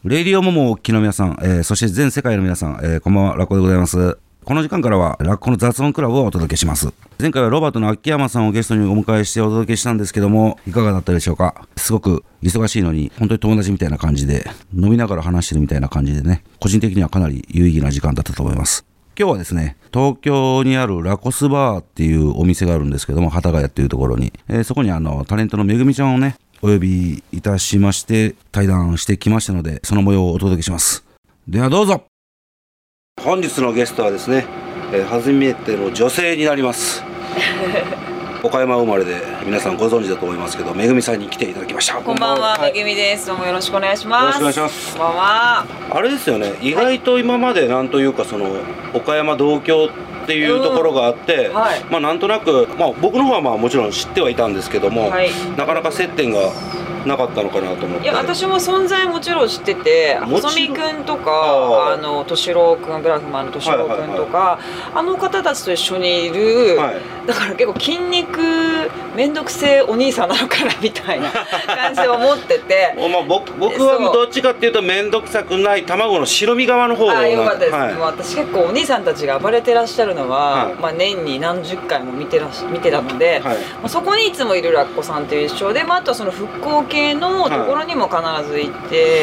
レディオモモをお聞きの皆さん、そして全世界の皆さん、こんばんは、ラッコでございます。この時間からはラッコの雑音クラブをお届けします。前回はロバートの秋山さんをゲストにお迎えしてお届けしたんですけども、いかがだったでしょうか。すごく忙しいのに本当に友達みたいな感じで、飲みながら話してるみたいな感じでね、個人的にはかなり有意義な時間だったと思います。今日はですね、東京にあるラコスバーっていうお店があるんですけども、幡ヶ谷っていうところに、そこにタレントのめぐみちゃんをね、お呼びいたしまして対談してきましたので、その模様をお届けします。ではどうぞ。本日のゲストはですね、初めての女性になります岡山生まれで皆さんご存知だと思いますけど、めぐみさんに来ていただきました。 こんばんは、めぐみです。どうもよろしくお願いします。 よろしくお願いします。 こんばんは。 あれですよね、意外と今までなんというか、その岡山同郷っていうところがあって、 はい、 まあなんとなく、まあ僕の方はまあもちろん知ってはいたんですけども、 はい、 なかなか接点がなかったのかなと思って。 いや、私も存在もちろん知ってて、細見くんとか敏郎くん、グラフマンの敏郎くんとか、あの方たちと一緒にいる、はい、だから結構筋肉めんどくせえお兄さんなのかなみたいな感じで思っててまあ、僕はどっちかっていうとめんどくさくない卵の白身側の方がよかったです、 はい、 もう私結構お兄さんたちが暴れてらっしゃるのは、はい、まあ、年に何十回も見てたので、はい、そこにいつもいるラッコさんっていう一緒で、まあ、あとはその復興系のところにも必ず行って、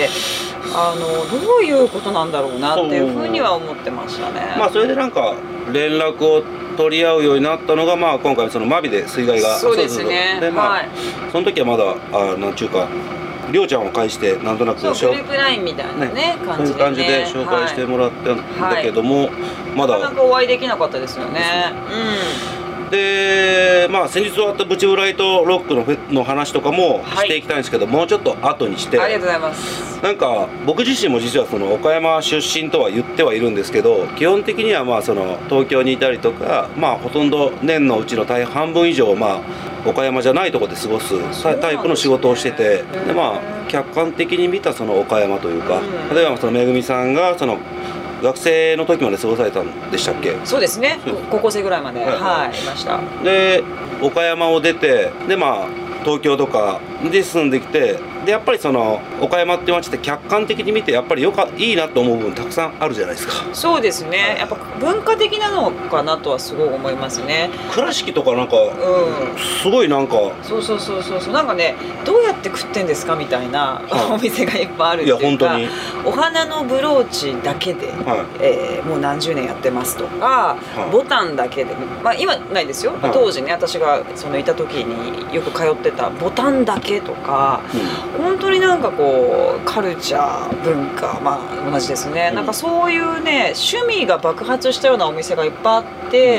はい、どういうことなんだろうなっていうふうには思ってましたね。 まあ、それでなんか連絡を取り合うようになったのが、まあ、今回その真備で水害がそうですね。 で、まあ、 はい、 その時はまだなんちゅうかりょうちゃんを介してなんとなくグループラインみたいなね感じでね、 そういう感じで紹介してもらったんだけども、はい、まだなかなかお会いできなかったですよね。 で、まあ、先日終わったブチブライトロックの話とかもしていきたいんですけど、はい、もうちょっと後にして。 ありがとうございます。 なんか僕自身も実はその岡山出身とは言ってはいるんですけど、基本的にはまあその東京にいたりとか、まあ、ほとんど年のうちの半分以上、まあ、岡山じゃないところで過ごすタイプの仕事をしてて、で、まあ、客観的に見たその岡山というか、例えばそのめぐみさんがその学生の時まで過ごされたんでしたっけ。 そうですね、高校生ぐらいまで、はい、はい、いました。 で岡山を出て、でまあ東京とかで住んできて、でやっぱりその岡山って街って客観的に見てやっぱりいいなと思う部分たくさんあるじゃないですか。 そうですね、はい、やっぱ文化的なのかなとはすごい思いますね。 倉敷とかなんか、すごいなんかそうなんかね、どうやって食ってんですかみたいな、お店がいっぱいあるっていうか、いや本当にお花のブローチだけで、もう何十年やってますとか、ボタンだけで、まあ今ないですよ、当時ね、私がそのいた時によく通ってたボタンだけとか、本当になんかこうカルチャー文化、まあ同じですね、なんかそういうね趣味が爆発したようなお店がいっぱいあって、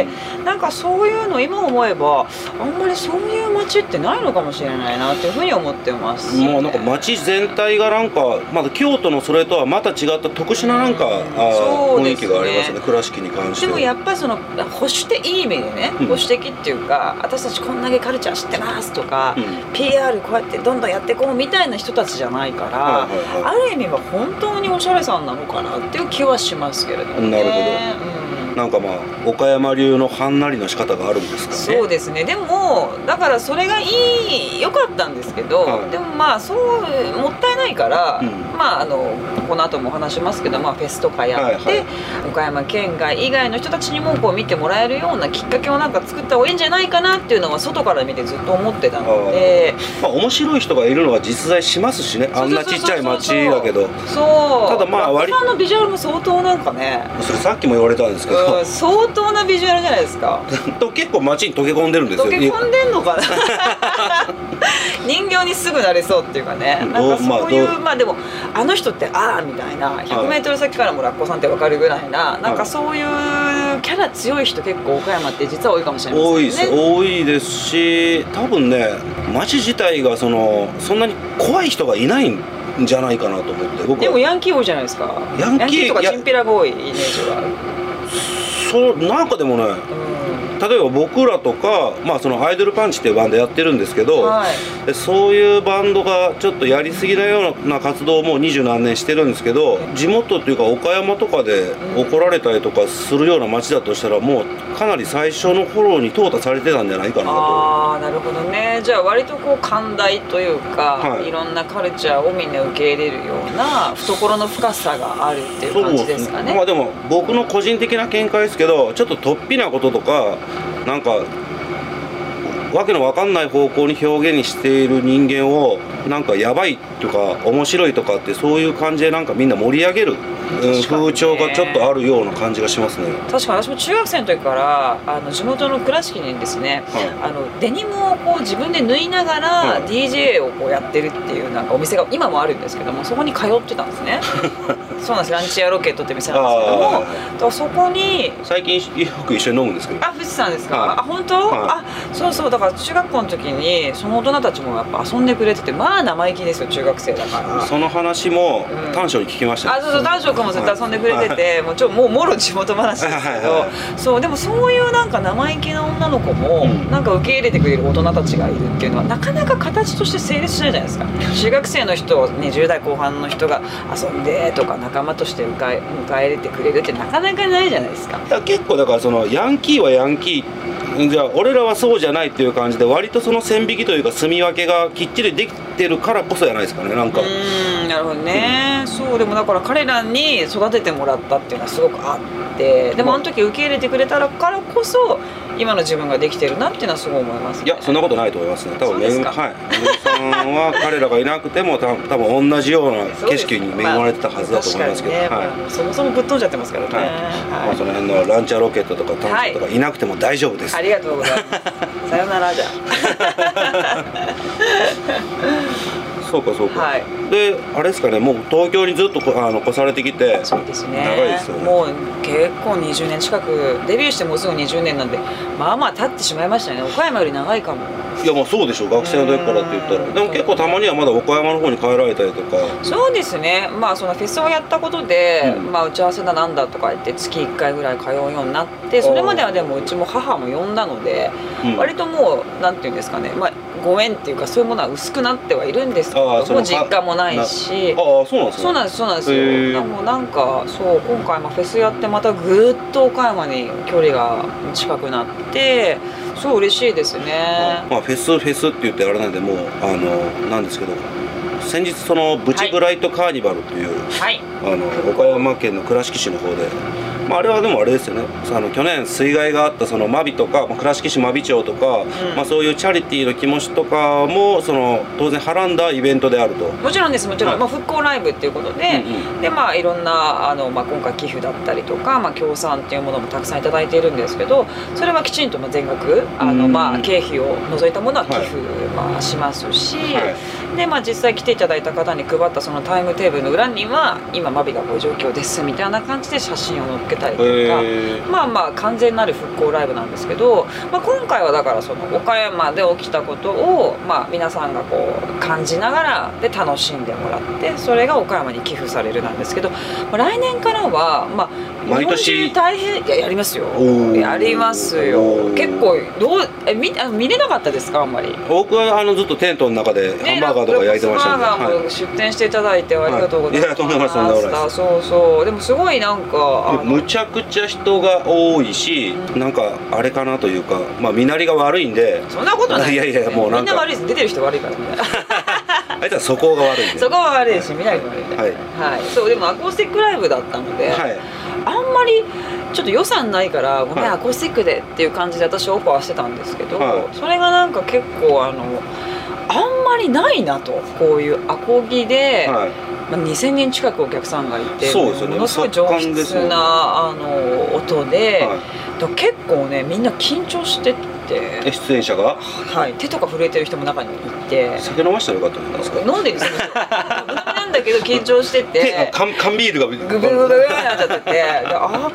なんかそういうの今思えばあんまりそういう街ってないのかもしれないなっていうふうに思ってます、ね。 もうなんか街全体がなんかまだ京都のそれとはまた違った特殊ななんか、雰囲気がありますね、倉敷に関しては。 でもやっぱりその保守的、いい意味でね、保守的っていうか、私たちこんだけカルチャー知ってますとか、PR こうやってどんどんやっていこうみたいな人たちじゃないから、ある意味は本当におしゃれさんなのかなっていう気はしますけれどもね。 なるほど、なんかまあ岡山流のはんなりの仕方があるんですかね。 そうですね。でもだからそれが良かったんですけど、でもまあそうもったいないから、まあこの後もお話しますけど、まあフェスとかやって、岡山県外以外の人たちにもこう見てもらえるようなきっかけをなんか作った方がいいんじゃないかなっていうのは外から見てずっと思ってたので、 まあ面白い人がいるのは実在しますしね。あんなちっちゃい町だけど。 そう。 ただまあ割とのビジュアルも相当なんかね。 それさっきも言われたんですけど。 相当なビジュアルじゃないですか。 と結構街に溶け込んでるんですよ。 溶け込んでんのかな。人形にすぐなれそうっていうかね。なんかそういうまあでもあの人ってああみたいな100メートル先からもラッコさんってわかるぐらいな、なんかそういうキャラ強い人結構岡山って実は多いかもしれませんね。 多いですし、多分ね街自体がそんなに怖い人がいないんじゃないかなと思って。僕はでもヤンキー多いじゃないですか。ヤンキーとかチンピラが多いイメージがある。 そうなんかでもね、 例えば僕らとか、そのアイドルパンチっていうバンドやってるんですけど、そういうバンドがちょっとやりすぎなような活動をもう20何年してるんですけど、地元っていうか岡山とかで怒られたりとかするような街だとしたら、もうかなり最初の頃に淘汰されてたんじゃないかなと。 ああ、なるほどね。じゃあ割とこう寛大というか、いろんなカルチャーをみんな受け入れるような懐の深さがあるっていう感じですかね。 でも僕の個人的な見解ですけど、ちょっと突飛なこととかなんかわけのわかんない方向に表現している人間をなんかやばいとか面白いとかって、そういう感じでなんかみんな盛り上げる風潮がちょっとあるような感じがしますね。 確かに私も中学生の時から地元の倉敷にですね、デニムをこう自分で縫いながら DJ をこうやってるっていうなんかお店が今もあるんですけども、そこに通ってたんですね。そうなんです。ランチアロケットって店なんですけども、だからそこに最近よく一緒に飲むんですけど。 富士山ですか。本当？そうそう。だから中学校の時にその大人たちもやっぱ遊んでくれてて、生意気ですよ、中学生だから。 その話も短所に聞きました。 そうそう、短所もずっと遊んでくれてて、もうもろ地元話ですけど、そうでもそういうなんか生意気な女の子もなんか受け入れてくれる大人たちがいるっていうのはなかなか形として成立しないじゃないですか。中学生の人、20代後半の人が遊んでとか仲間として迎え入れてくれるってなかなかないじゃないですか。 結構だからそのヤンキーはヤンキーじゃあ俺らはそうじゃないっていう感じで、割とその線引きというか住み分けがきっちりできてるからこそじゃないですかね。なんかなるほどね。そうでもだから彼らに育ててもらったっていうのはすごくあって、でもあの時受け入れてくれたからこそ今の自分ができてるなっていうのはすごい思いますね。 いやそんなことないと思いますね。多分めぐみさんは彼らがいなくても多分同じような景色に恵まれてたはずだと思いますけど、 そもそもぶっ飛んじゃってますからね。 その辺のランチャーロケットとかタンチとかいなくても大丈夫です。 ありがとうございます。さよならじゃそうかそうか、であれですかね、もう東京にずっと越されてきて。 そうですね、 長いですよね。 もう結構20年近く、デビューしてもうすぐ20年なんで、まあ経ってしまいましたね。岡山より長いかも。 いやそうでしょう、学生の時からって言ったら。でも結構たまにはまだ岡山の方に帰られたりとか。 そうですね、そのフェスをやったことで、打ち合わせだなんだとか言って月1回ぐらい通うようになって、それまではでもうちも母も呼んだので、割ともうなんていうんですかね、ご縁っていうかそういうものは薄くなってはいるんですけど、もう実家もないし。 そうなんですね。 そうなんですそうなんですよ。もうなんかそう今回フェスやってまたぐっと岡山に距離が近くなって、すごい嬉しいですね。 フェスって言ってあれなんで、もうなんですけど、先日そのブチブライトカーニバルという、岡山県の倉敷市の方で、あれはでもあれですよね、去年水害があったその真備とか、倉敷市真備町とか、そういうチャリティーの気持ちとかも当然はらんだイベントであると。 もちろんです、もちろん、復興ライブっていうことで、でいろんな今回寄付だったりとか、協賛っていうものもたくさんいただいているんですけど、それはきちんと全額経費を除いたものは寄付しますし、で実際来ていただいた方に配ったそのタイムテーブルの裏には今真備がこういう状況ですみたいな感じで写真を載っけたりとか、完全なる復興ライブなんですけど、今回はだからその岡山で起きたことを皆さんがこう感じながらで楽しんでもらって、それが岡山に寄付されるなんですけど、来年からは毎年大変やりますよ。やりますよ。結構見れなかったですか？あんまり。 僕はずっとテントの中でハンバーガーとか焼いてましたね。 ハンバーガーも出店していただいてありがとうございます。 とんでもないです。 そうそう。でもすごいなんかむちゃくちゃ人が多いし、なんかあれかなというか、身なりが悪いんで。 そんなことない。 いやもうなんかみんな悪いです。出てる人悪いからみたいな。 あいつはそこが悪いんで。 そこは悪いし、見ないと悪いみたいな。そうでもアコースティックライブだったので、あんまりちょっと予算ないからごめんアコースティックでっていう感じで私オファーしてたんですけど、それがなんか結構あんまりないなと、こういうアコギで。2000人近くお客さんがいて、ものすごい上質な音で、結構ねみんな緊張してて、 出演者が手とか震えてる人も中にいて、 酒飲ましたらよかったんですか？ 飲んでるんですよ。なんだけど緊張してて、 缶ビールがググググググになっちゃってて、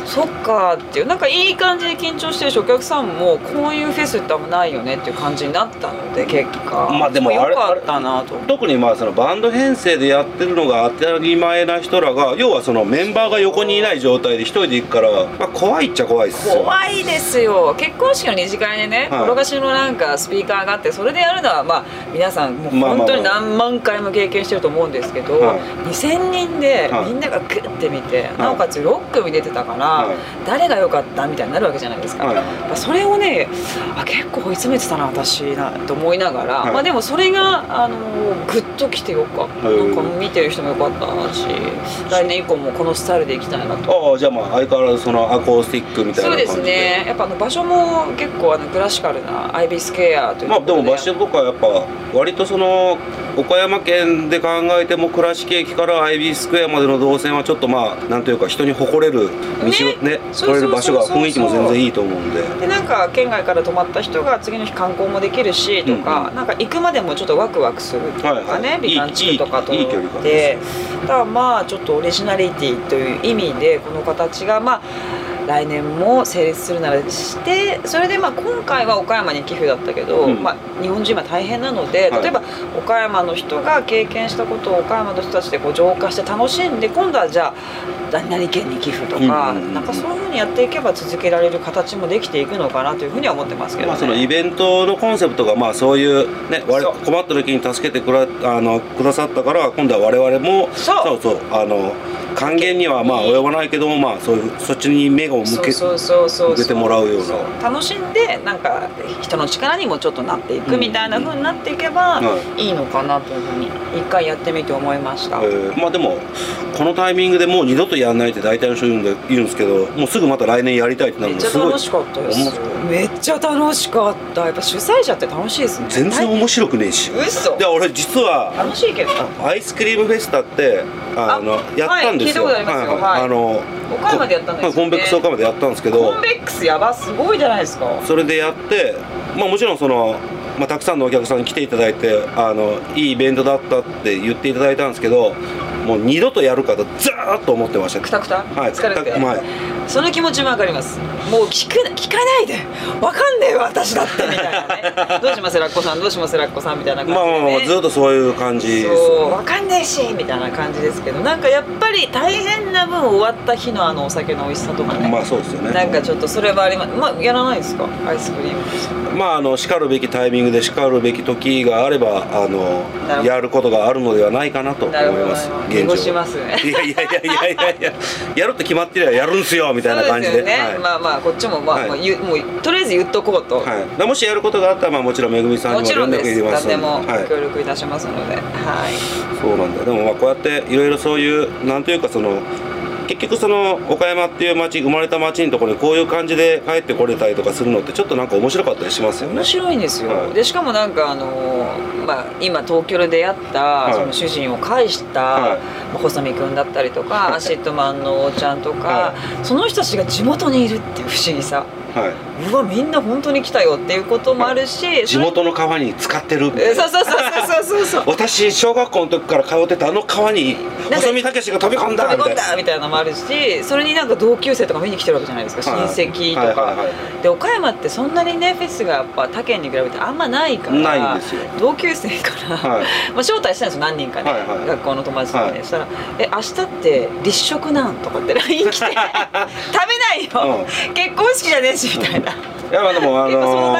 そっかっていう、なんかいい感じで緊張してるし、お客さんもこういうフェスってあんまないよねっていう感じになったので、結果まあでもよかったなと。 特にまあそのバンド編成でやってるのが当たり前な人らが、要はそのメンバーが横にいない状態で一人で行くから、まあ、怖いっちゃ怖いっすよ。 怖いですよ。結婚式の二次会でね、転がしのなんかスピーカーがあって、それでやるのはまあ皆さんもう本当に何万回も経験してると思うんですけど、2000人でみんながグッて見て、なおかつ6組出てたから、誰が良かったみたいになるわけじゃないですか。それをね、結構追い詰めてたな私なと思いながら、まあでもそれがグッときてよかった。なんか見てる人もよかったし、来年以降もこのスタイルでいきたいなと。 じゃあまあ相変わらずそのアコースティックみたいな感じで。 そうですね。やっぱ場所も結構クラシカルなアイビースクエアというところで。まあでも場所とかやっぱ割とその岡山県で考えても倉敷駅からアイビースクエアまでの動線はちょっとまあなんというか人に誇れる道をね、来れる場所が雰囲気も全然いいと思うんで。 でなんか県外から泊まった人が次の日観光もできるしとか、なんか行くまでもちょっとワクワクするとかね、美観地区とかとで、だからまあちょっとオリジナリティという意味でこの形がまあ来年も成立するならして、それでまあ今回は岡山に寄付だったけど、まあ日本人は大変なので、例えば岡山の人が経験したことを岡山の人たちでこう浄化して楽しんで、今度はじゃあ何々県に寄付とか、なんかそういうふうにやっていけば続けられる形もできていくのかなというふうには思ってますけどね。 まあそのイベントのコンセプトがまあそういうね、困った時に助けてくださったから、今度は我々もそう還元にはまあ及ばないけども、まあそういうそっちに目を向けてもらうような、 楽しんでなんか人の力にもちょっとなっていくみたいな風になっていけばいいのかなというふうに一回やってみて思いました。 まあでもこのタイミングでもう二度とやらないって大体の人言うんですけど、もうすぐまた来年やりたいってなるのすごい。 めっちゃ楽しかったです。めっちゃ楽しかった。やっぱ主催者って楽しいですね。 全然面白くねえし。 嘘。 で俺実は楽しいけどアイスクリームフェスタってやったんですよ。 岡山でやったんですよね。 コンベックス岡山でやったんですけど、 コンベックスやばすごいじゃないですか。 それでやって、まあもちろんそのたくさんのお客さんに来ていただいていいイベントだったって言っていただいたんですけど、もう二度とやるかとずーっと思ってました。 くたくた、 はい、 疲れて、その気持ちも分かります。もう聞かないで、分かんねえよ私だってみたいなねどうしますラッコさん、どうしますラッコさんみたいな感じで、ね、 ずっとそういう感じです。 そう分かんねえしみたいな感じですけど、なんかやっぱり大変な分終わった日のお酒の美味しさとかね、 まあそうですよね。 なんかちょっとそれはあります。まあやらないですかアイスクリーム。 まあしかるべきタイミングでしかるべき時があればやることがあるのではないかなと思います。 現状しますね。 いややるって決まってりゃやるんすよみたいな感じで。 まあまあこっちもまあもうとりあえず言っとこうと。 もしやることがあったらまあもちろんめぐみさんにも連絡入れますので。 もちろんです。何でも協力いたしますので。はい。 そうなんだ。でもまあこうやっていろいろそういうなんというかその。結局その岡山っていう町、生まれた町のところにこういう感じで帰ってこれたりとかするのってちょっとなんか面白かったりしますよね。 面白いんですよ、でしかもなんかまあ、今東京で出会ったその主人を介した細見君だったりとか、アシッドマンのおちゃんとか、その人たちが地元にいるっていう不思議さ、うわみんな本当に来たよっていうこともあるし、 地元の川に使ってる。 そう私小学校の時から通ってた川に細見武が飛び込んだみたいなのもあるし、それになんか同級生とか見に来てるわけじゃないですか、親戚とかで。岡山ってそんなにねフェスがやっぱ他県に比べてあんまないから、 ないんですよ。 同級生からまあ招待したんですよ何人かね、学校の友達とかね。そしたら「明日って立食なん?」とかって LINE 来て「食べないよ、結婚式じゃねえし」みたいな。 いやでも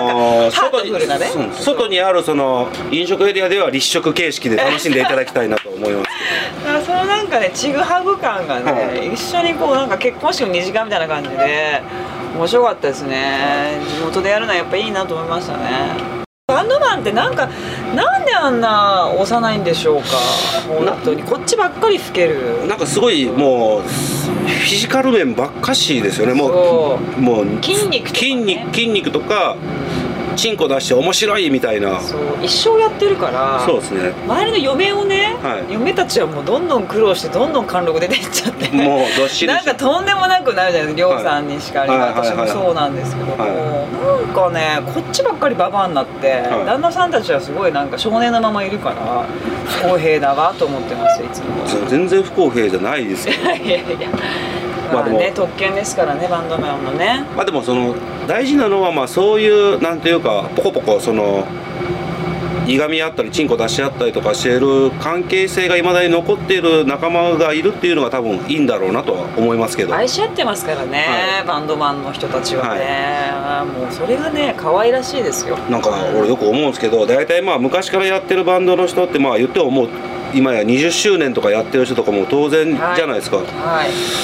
外にあるその飲食エリアでは立食形式で楽しんでいただきたいなと思います。 そのなんかねちぐはぐ感がね、一緒にこうなんか結婚式の2時間みたいな感じで面白かったですね。地元でやるのはやっぱいいなと思いましたね。バンドマンってなんであんな幼いんでしょうか。本当にこっちばっかり老ける。 なんかすごいもうフィジカル面ばっかしですよね。もう筋肉とかチンコ出して面白いみたいな。 そう一生やってるから。 そうですね。 周りの嫁をね、嫁たちはもうどんどん苦労してどんどん貫禄出ていっちゃって、 もうどっしりなんかとんでもなくなるじゃないですか。亮さんにしかり、私もそうなんですけども、なんかねこっちばっかりババアになって、旦那さんたちはすごいなんか少年のままいるから不公平だわと思ってますよいつも。 全然不公平じゃないですよ。 いやまあね、特権ですからね、バンドマンのね。 まあでもその大事なのは、まあそういうなんていうかポコポコそのいがみ合ったりチンコ出し合ったりとかしている関係性がいまだに残っている仲間がいるっていうのが多分いいんだろうなとは思いますけど。 愛し合ってますからね、はい、バンドマンの人たちはね、はい、もうそれがね可愛らしいですよ。 なんか俺よく思うんですけど、大体まあ昔からやってるバンドの人ってまあ言ってももう今や20周年とかやってる人とかも当然じゃないですか、はいはい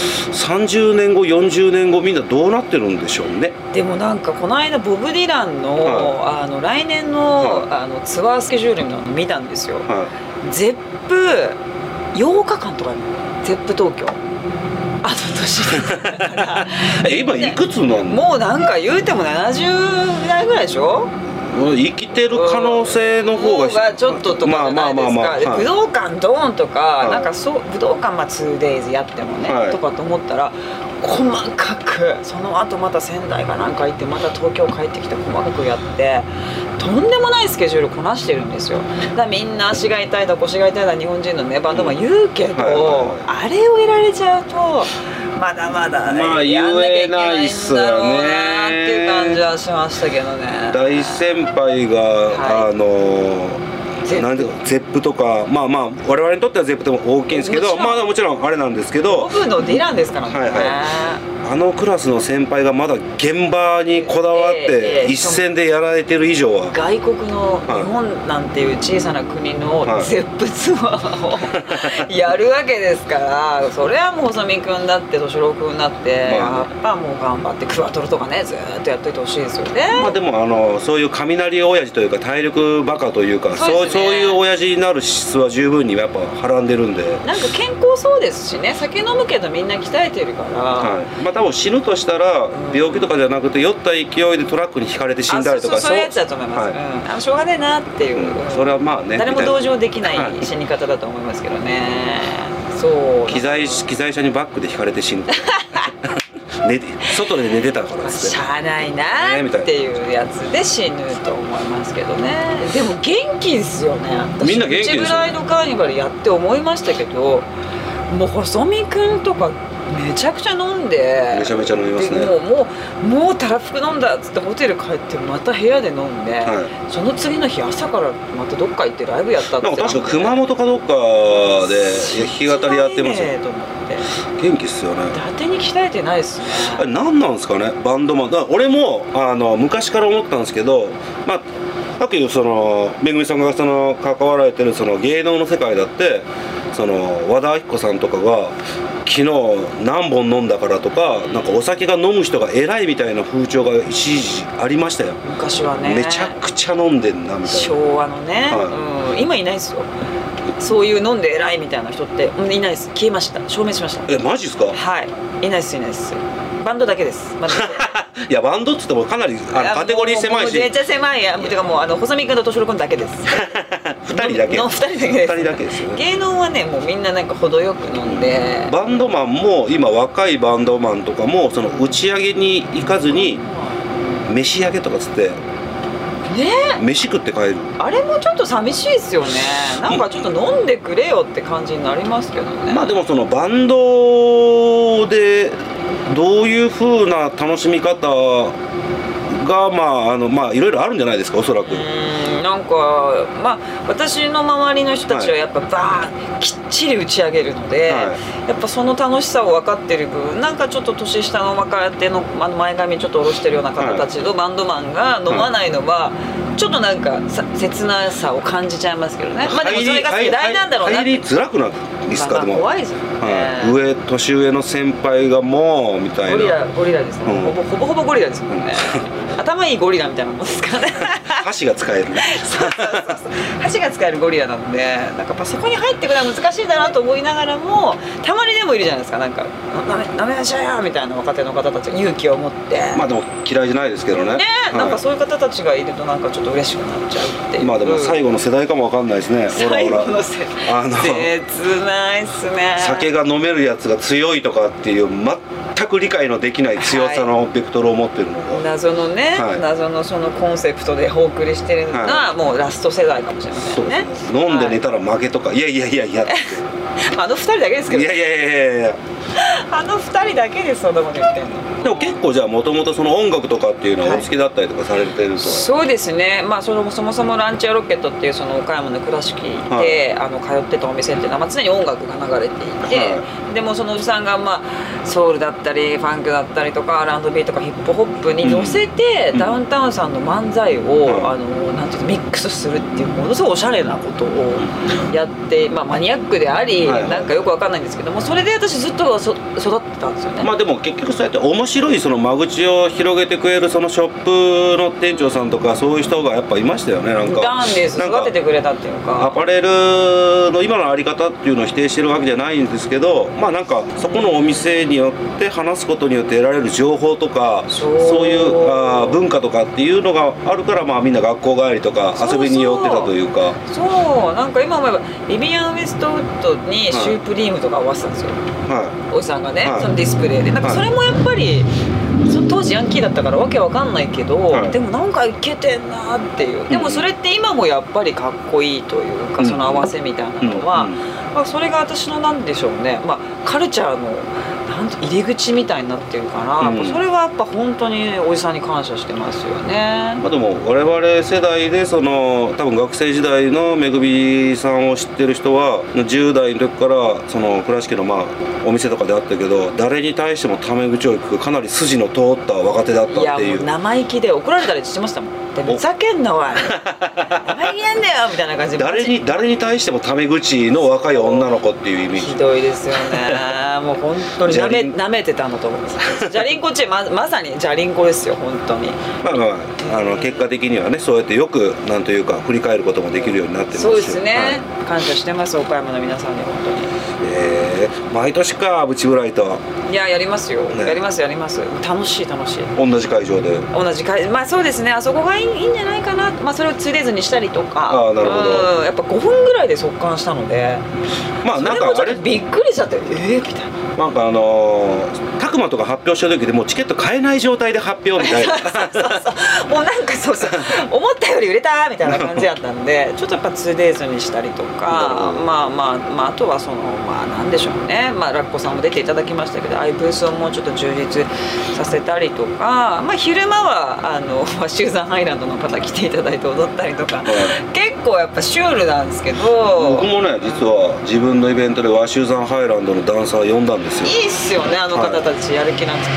、30年後40年後みんなどうなってるんでしょうね。 でもなんかこの間ボブ・ディランの、はい、来年の、はい、ツアースケジュールの見たんですよ、はい、ゼップ8日間とかゼップ東京あの年だから今いくつなの？ もうなんか言うても70代ぐらいでしょ。 生きてる可能性の方がちょっととかじゃないですか。武道館ドーンとか、はい、なんかそう武道館まあ 2days やってもね、はい、とかと思ったら細かくその後また仙台かなんか行ってまた東京帰ってきて細かくやってとんでもないスケジュールこなしてるんですよ。だからみんな足が痛いだ腰が痛いだ日本人のねバンドマン言うけど、あれを得られちゃうとまだまだまあ言えないっすよねっていう感じはしましたけどね。 大先輩が、はいなんでゼップとかまあまあ我々にとってはゼップでも大きいんですけどまあもちろんあれなんですけどボブのディランですからね、はいはい、 あのクラスの先輩がまだ現場にこだわって一線でやられてる以上は外国の日本なんていう小さな国のゼップツアーをやるわけですからそれはもう細見君だって敏郎君だってやっぱもう頑張ってクワトロとかねずっとやっといてほしいですよね。 まあでもそういう雷親父というか体力バカというかそういう親父になる資質は十分にやっぱはらんでるんでなんか健康そうですしね酒飲むけどみんな鍛えてるから、 はい、まあ多分死ぬとしたら病気とかじゃなくて酔った勢いでトラックにひかれて死んだりとかそういうやつだと思います、はいしょうがねえなっていう、 それはまあね誰も同情できない死に方だと思いますけどね、そう機材車にバックでひかれて死ぬ外で寝てたからですねしゃあないなっていうやつで死ぬと思いますけどね。でも元気ですよね。 みんな元気ですよね。 プチブライドカーニバルやって思いましたけどもう細見くんとかめちゃくちゃ飲んでめちゃめちゃ飲みますね。 もうたらふく飲んだっつってホテル帰ってまた部屋で飲んで、はい、その次の日朝からまたどっか行ってライブやったってなんか確か熊本かどっかで弾き語りやってますよ。元気っすよね。 伊達に鍛えてないっすね。 あれ何なんですかねバンドマン。俺も昔から思ったんですけどまあさっきそのめぐみさんがその関わられてるその芸能の世界だってその和田アキ子さんとかが昨日何本飲んだからとかなんかお酒が飲む人が偉いみたいな風潮が一時ありましたよ昔はね。 めちゃくちゃ飲んでんなみたいな昭和のね、はい今いないですよそういう飲んで偉いみたいな人っていないです。消えました。消滅しました。 マジですか？ はいいないですバンドだけですいやバンドっつってもかなりカテゴリー狭いしめっちゃ狭いやてかもう細見君と敏郎君だけです 2人だけ 2人だけです 2人だけですよね。 芸能はねもうみんななんか程よく飲んでバンドマンも今若いバンドマンとかもその打ち上げに行かずに飯上げとかつってね飯食って帰る。 あれもちょっと寂しいですよね。なんかちょっと飲んでくれよって感じになりますけどね。 まあでもそのバンドでどういう風な楽しみ方がまあいろいろあるんじゃないですかおそらく。 なんかまあ私の周りの人たちはやっぱバーンきっちり打ち上げるので、はい、やっぱその楽しさを分かってる分なんかちょっと年下の若手の前髪ちょっと下ろしてるような方たちのバンドマンが飲まないのはちょっとなんか切なさを感じちゃいますけどね。まあでもそれが世代なんだろうなって。 入りづらくないですか。でも怖いですよね、 はい、年上の先輩がもうみたいなゴリラですね、ほぼほぼゴリラですもんね頭いいゴリラみたいなもんですからね箸が使えるねそう箸が使えるゴリラなのでなんかやっぱそこに入ってくるのは難しいだなと思いながらもたまにでもいるじゃないですか。なんかなめなしゃやみたいな若手の方たちが勇気を持ってまあでも嫌いじゃないですけどね、はい、 なんかそういう方たちがいるとなんかちょっと嬉しくなっちゃうっていう。 まあでも最後の世代かもわかんないですね。 最後の世代切ないっすね。 酒が飲めるやつが強いとかっていう全く理解のできない強さのベクトルを持ってるのが、 謎のね、はい、謎のそのコンセプトでお送りしてるのが、はい、もうラスト世代かもしれませんね。 飲んで寝たら負けとか、はい、いやって 2人だけですけど、 いやあの2人だけでそんなこと言ってんの。 でも結構じゃあもともとその音楽とかっていうのはお好きだったりとかされてると、 そうですね、まあ、そもそもランチアロケットっていうその岡山の倉敷で、通ってたお店っていうのは、まあ、常に音楽が流れていて、でもそのおじさんが、まあ、ソウルだったりファンクだったりとか R&B とかヒップホップに乗せて、ダウンタウンさんの漫才を、なんていうのミックスするっていうものすごいおしゃれなことをやって、まあ、マニアックであり、なんかよくわかんないんですけども、それで私ずっと育ってたんですよね。 まあでも結局そうやって面白いその間口を広げてくれるそのショップの店長さんとかそういう人がやっぱいましたよね。なんかいたんです。育ててくれたっていうか、 アパレルの今のあり方っていうのを否定してるわけじゃないんですけど、まあなんかそこのお店によって話すことによって得られる情報とかそういう文化とかっていうのがあるから、まあみんな学校帰りとか遊びに寄ってたというか、 そうなんか今思えばビビアン・ウェストウッドにシュープリームとか合わせたんですよ、おじさんがね、そのディスプレイでなんかそれもやっぱり、その当時ヤンキーだったからわけわかんないけど、でもなんかイケてんなっていう、でもそれって今もやっぱりかっこいいというか、その合わせみたいなのは、まあ、それが私のなんでしょうね、まあ、カルチャーの入り口みたいになってるから、それはやっぱ本当におじさんに感謝してますよね。 まあ、でも我々世代でその多分学生時代のめぐみさんを知ってる人は10代の時からその倉敷のまあお店とかであったけど、誰に対してもタメ口を聞くかなり筋の通った若手だったっていう。いやもう生意気で怒られたりしてましたもん。でふざけんなおい生意気なんだよみたいな感じで誰に対してもタメ口の若い女の子っていうイメージ。 ひどいですよねもう本当になめてたんだと思いますじゃりんこっちまさにじゃりんこですよ本当に。 まあまあ、結果的にはねそうやってよくなんというか振り返ることもできるようになってますし、 そうですね、感謝してます岡山の皆さんに本当に。 毎年かブチブライト。 いややりますよ、やります楽しい同じ会場でまあそうですね、あそこがいいんじゃないかな、まあそれを 2days にしたりとか。 なるほど。 やっぱ5分ぐらいで速乾したので、 まあなんかあれびっくりしちゃってみたいな。 なんか拓磨とか発表した時でもうチケット買えない状態で発表みたいなそうもうなんかそう思ったより売れたみたいな感じやったんでちょっとやっぱ 2days にしたりとか、まああとはそのまあなんでしょうね、まあラッコさんも出ていただきましたけど、アイブースをもうちょっと充実させたりとか、まあ昼間はシューザンハイランドの方来ていただいて踊ったりとか、結構やっぱシュールなんですけど、 僕もね実は自分のイベントでワシューザンハイランドのダンサー呼んだんですよ。 いいっすよねあの方たち、やる気なくて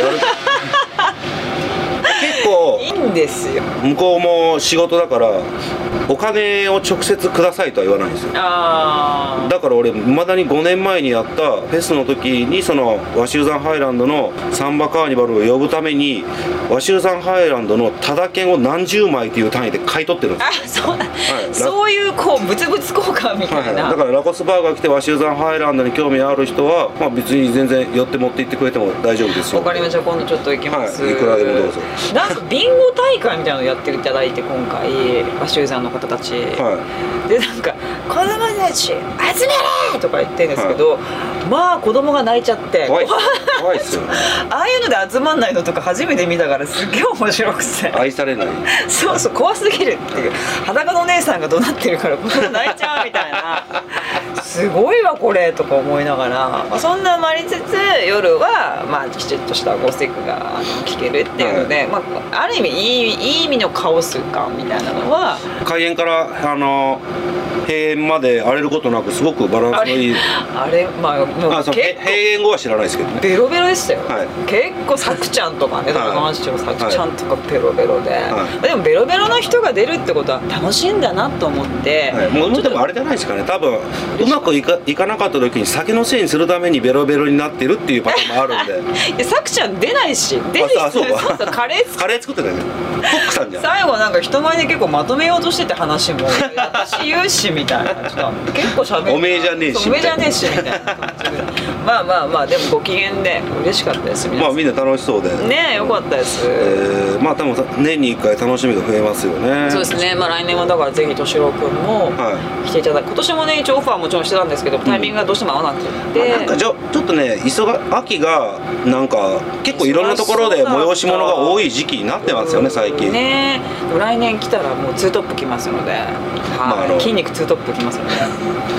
結構いいんですよ。 向こうも仕事だからお金を直接くださいとは言わないんですよ。だから俺未だに5年前にやったフェスの時にそのワシューザンハイランドのサンバカーニバルを呼ぶためにワシューザンハイランドのタダ券を何十枚という単位で買い取ってるんですよ。 そういうこう物々交換みたいな、 だからラコスバーが来てワシューザンハイランドに興味ある人は、まあ、別に全然寄って持って行ってくれても大丈夫ですよ。 わかりました、今度ちょっと行きます、 いくらでもどうぞ。 なんかビンゴ大会みたいなのやっていただいて今回ワシューザンの方たち、でなんか「子供たち集めれ!」とか言ってるんですけど、まあ子供が泣いちゃって怖いっすよねああいうので集まんないのとか初めて見たからすっげえ面白くて愛されないそう怖すぎるっていう、裸のお姉さんが怒鳴ってるから子供泣いちゃうみたいなすごいわこれとか思いながら、まあ、そんなもありつつ夜はまあきちっとしたゴスティックが聴けるっていうので、まあ、ある意味いい意味のカオス感みたいなのは開演から閉園まで荒れることなくすごくバランスのいいまあ閉園後は知らないですけどね、 ベロベロでしたよ、結構さくちゃんとかね、高橋市長さくちゃんとかベロベロで、でもベロベロな人が出るってことは楽しいんだなと思って、 もうでもあれじゃないですかね、多分うまくいかなかった時に酒のせいにするためにベロベロになってるっていうパターンもあるんでさくちゃん出ないし出るし、そうカレー作ってたよね、コックさんじゃん。 最後なんか人前で結構まとめようとしてて話も私言うしみたいな、ちょっと結構しゃべる、 おめえじゃねえしみたいな感じでまあでもご機嫌で嬉しかったです。 まあみんな楽しそうでね、よかったです。 まあ多分年に1回楽しみが増えますよね。 そうですね、まあ来年はだからぜひ敏郎君も来ていただく、今年もね一応オファーもちろんしてたんですけどタイミングがどうしても合わなくて、 なんかちょっとね秋がなんか結構いろんなところで催し物が多い時期になってますよね最近ね。来年来たらもうツートップ来ますので、筋肉ツートップ来ますので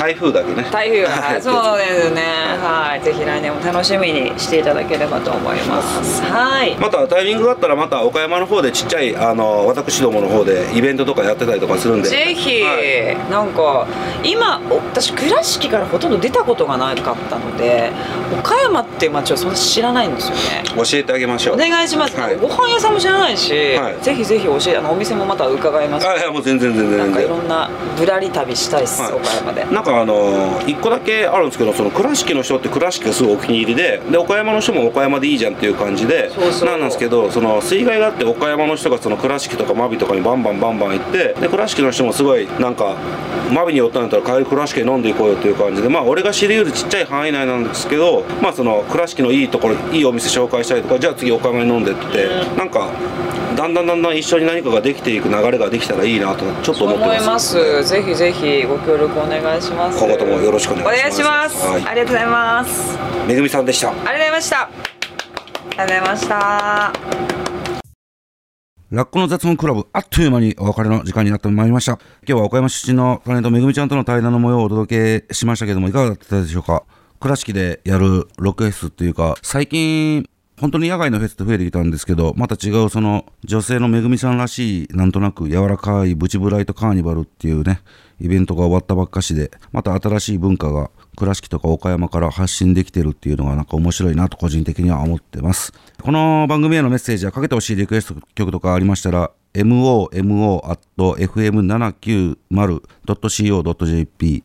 台風だけね。 台風はそうですね。はい、ぜひ来年も楽しみにしていただければと思います。はい。 またタイミングがあったらまた岡山の方でちっちゃい私どもの方でイベントとかやってたりとかするんで。 ぜひ、なんか今私倉敷からほとんど出たことがなかったので、岡山っていう街をそんな知らないんですよね。 教えてあげましょう。 お願いします。ご飯屋さんも知らないし、ぜひぜひお店もまた伺います。 いやもう全然なんかいろんなぶらり旅したいです、岡山で。 なんか一個だけあるんですけど、その倉敷の人って倉敷がすごいお気に入りで岡山の人も岡山でいいじゃんっていう感じでなんですけど、その水害があって岡山の人がその倉敷とか真備とかにバンバン行ってで倉敷の人もすごいなんか真備に寄ったんだったら帰り倉敷で飲んでいこうよっていう感じで、まあ俺が知り得るちっちゃい範囲内なんですけど、まあその倉敷のいいところいいお店紹介したりとか、じゃあ次岡山に飲んでってなんかだんだん一緒に何かができていく流れができたらいいなとちょっと思ってます。 ぜひぜひご協力お願いします。 今後ともよろしくお願いします。 ありがとうございます。 めぐみさんでした。 ありがとうございました。ありがとうございました。 ラッコの雑音クラブ、あっという間にお別れの時間になってまいりました。今日は岡山出身のタレントめぐみちゃんとの対談の模様をお届けしましたけども、いかがだったでしょうか。倉敷でやるロックフェスっていうか、最近本当に野外のフェスって増えてきたんですけど、また違うその女性のめぐみさんらしいなんとなく柔らかいブチブライトカーニバルっていうねイベントが終わったばっかしで、また新しい文化が倉敷とか岡山から発信できてるっていうのがなんか面白いなと個人的には思ってます。この番組へのメッセージやかけてほしいリクエスト曲とかありましたら momo@fm790.co.jp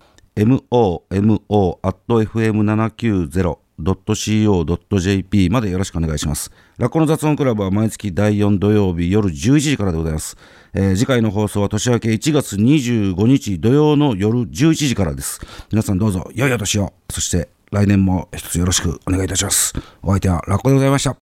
momo@fm790.co.jp までよろしくお願いします。ラッコの雑音クラブは毎月第4土曜日夜11時からでございます。次回の放送は年明け1月25日土曜の夜11時からです。皆さんどうぞ良いお年を。そして来年も一つよろしくお願いいたします。お相手はラッコでございました。